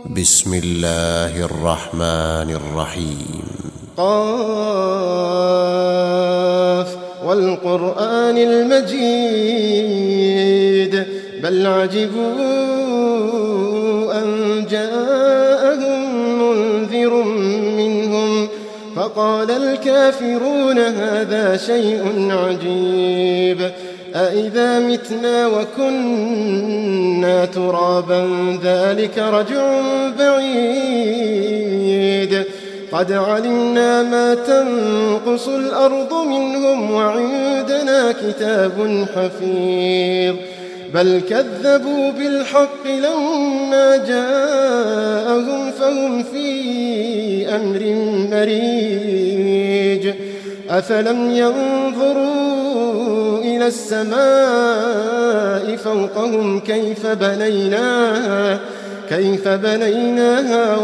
بسم الله الرحمن الرحيم. قاف والقرآن المجيد بل عجبوا أن جاءهم منذر منهم فقال الكافرون هذا شيء عجيب أإذا متنا وكنا ترابا ذلك رجع بعيد قد علمنا ما تنقص الأرض منهم وعندنا كتاب حفيظ بل كذبوا بالحق لما جاءهم فهم في أمر مريج أفلم ينظروا إلى السماء فوقهم كيف بنيناها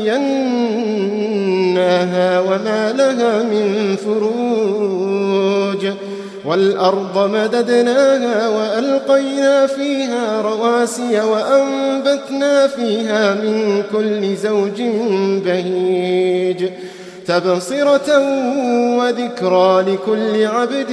وزيناها وما لها من فروج والأرض مددناها وألقينا فيها رواسي وأنبتنا فيها من كل زوج بهيج تبصرة وذكرى لكل عبد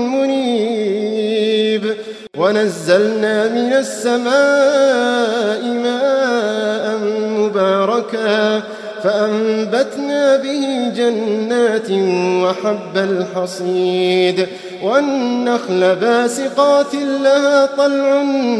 منيب ونزلنا من السماء ماء مباركا فأنبتنا به جنات وحب الحصيد والنخل باسقات لها طلع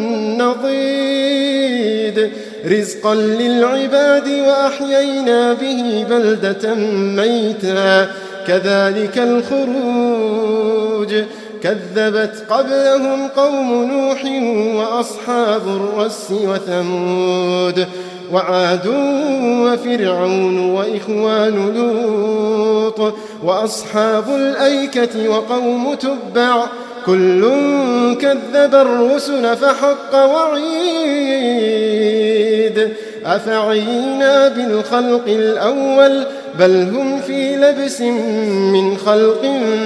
نضيد رزقا للعباد وأحيينا به بلدة ميتا كذلك الخروج كذبت قبلهم قوم نوح وأصحاب الرس وثمود وعاد وفرعون وإخوان لوط وأصحاب الأيكة وقوم تبع كل كذب الرسل فحق وعيد أفعينا بالخلق الأول بل هم في لبس من خلق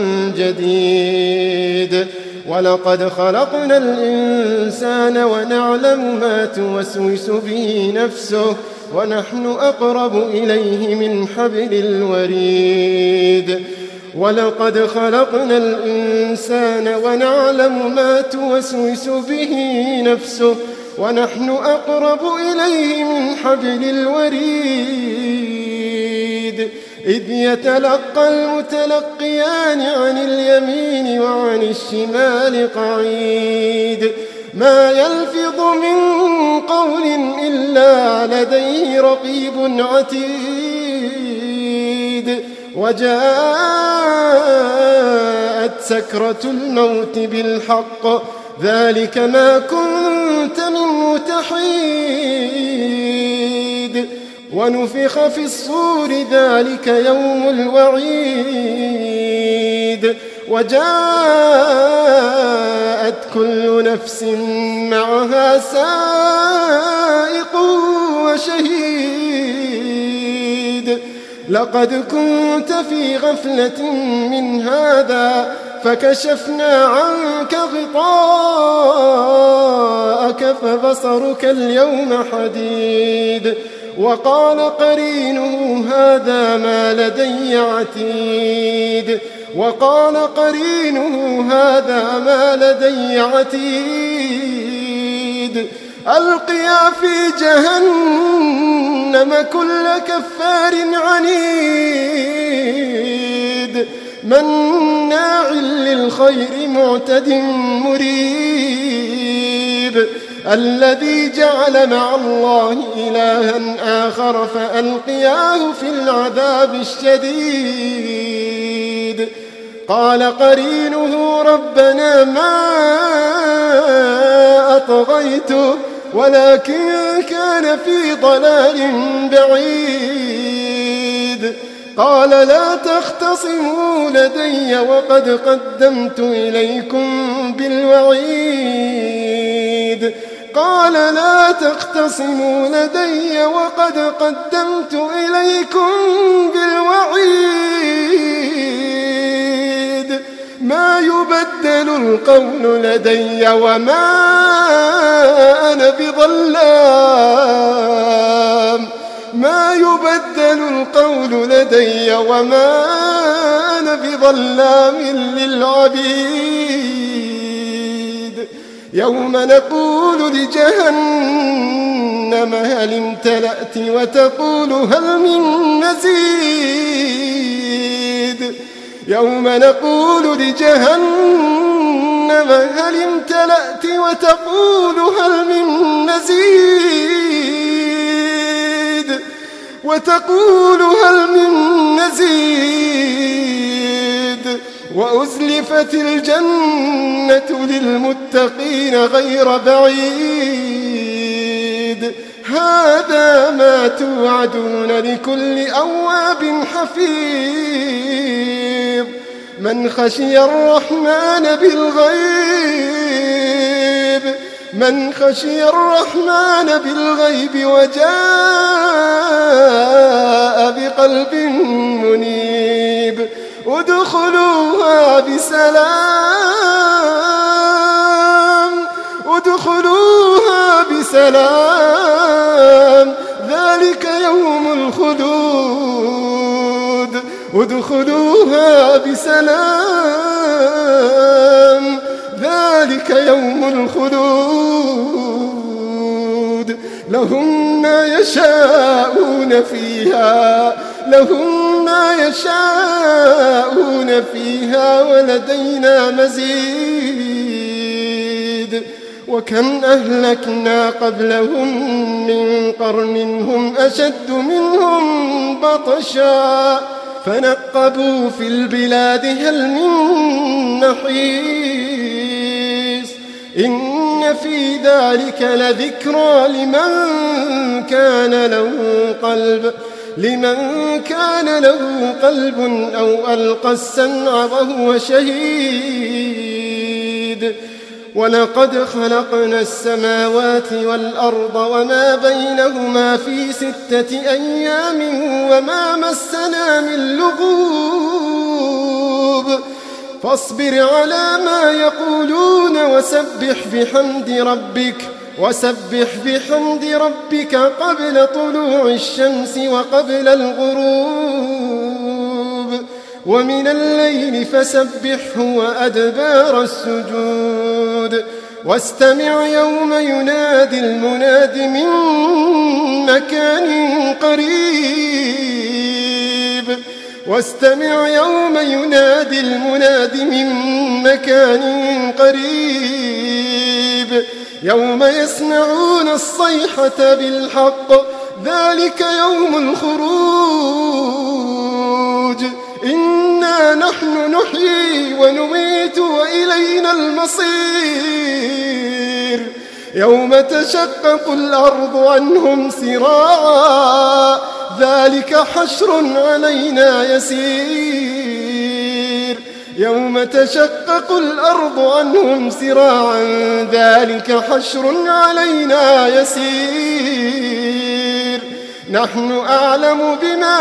جديد ولقد خلقنا الإنسان ونعلم ما توسوس به نفسه ونحن أقرب إليه من حبل الوريد ولقد خلقنا الإنسان ونعلم ما توسوس به نفسه ونحن أقرب إليه من حبل الوريد إذ يتلقى المتلقيان عن اليمين وعن الشمال قعيد ما يلفظ من قول إلا لديه رقيب عتيد وجاءت سكرة الموت بالحق ذلك ما كنت منه تحيد ونفخ في الصور ذلك يوم الوعيد وجاءت كل نفس معها سائق وشهيد لقد كنت في غفلة من هذا فكشفنا عنك غطاءك فبصرك اليوم حديد وقال قرينه هذا ما لدي عتيد وقال قرينه هذا ما لدي عتيد ألقيا في جهنم كل كفار عنيد مناع للخير معتد مريب الذي جعل مع الله إلها آخر فألقياه في العذاب الشديد قال قرينه ربنا ما أطغيته ولكن كان في ضلال بعيد قال لا تختصموا لدي وقد قدمت إليكم بالوعيد قال لا تختصموا لدي وقد قدمت إليكم بالوعيد ما يبدل القول لدي وما أنا بظلام ما يبدل القول لدي وما أنا بظلام للعبيد يوم نقول لجهنم هل امتلأت وتقول هل من مزيد يوم نقول لجهنم هل امتلأت وتقول هل من مزيد وأزلفت الجنة للمتقين غير بعيد هذا ما توعدون لكل أواب حفيظ من خشي الرحمن بالغيب وجاء بقلب منيب ادخلوها بسلام ذلك يوم الخلود ادخلوها بسلام ذلك يوم الخلود لهم ما يشاءون فيها ولدينا مزيد وكم أهلكنا قبلهم من قرن هم أشد منهم بطشا فنقبوا في البلاد هل من محيص إن في ذلك لذكرى لمن كان له قلب أو ألقى السمع وهو شهيد ولقد خلقنا السماوات والأرض وما بينهما في 6 أيام وما مسنا من لغوب فاصبر على ما يقولون وسبح بحمد ربك قبل طلوع الشمس وقبل الغروب ومن الليل فسبحه وأدبار السجود واستمع يوم ينادي المناد من مكان قريب يوم يسمعون الصيحة بالحق ذلك يوم الخروج إنا نحن نحيي ونميت وإلينا المصير يوم تشقق الأرض عنهم سراعا ذلك حشر علينا يسير يوم تشقق الأرض عنهم سراعا ذلك حشر علينا يسير نحن أعلم بما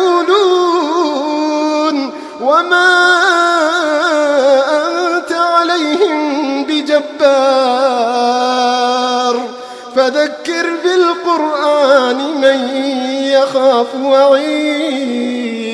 يقولون وما أنت عليهم بجبار فذكر بالقرآن من يخاف وعيد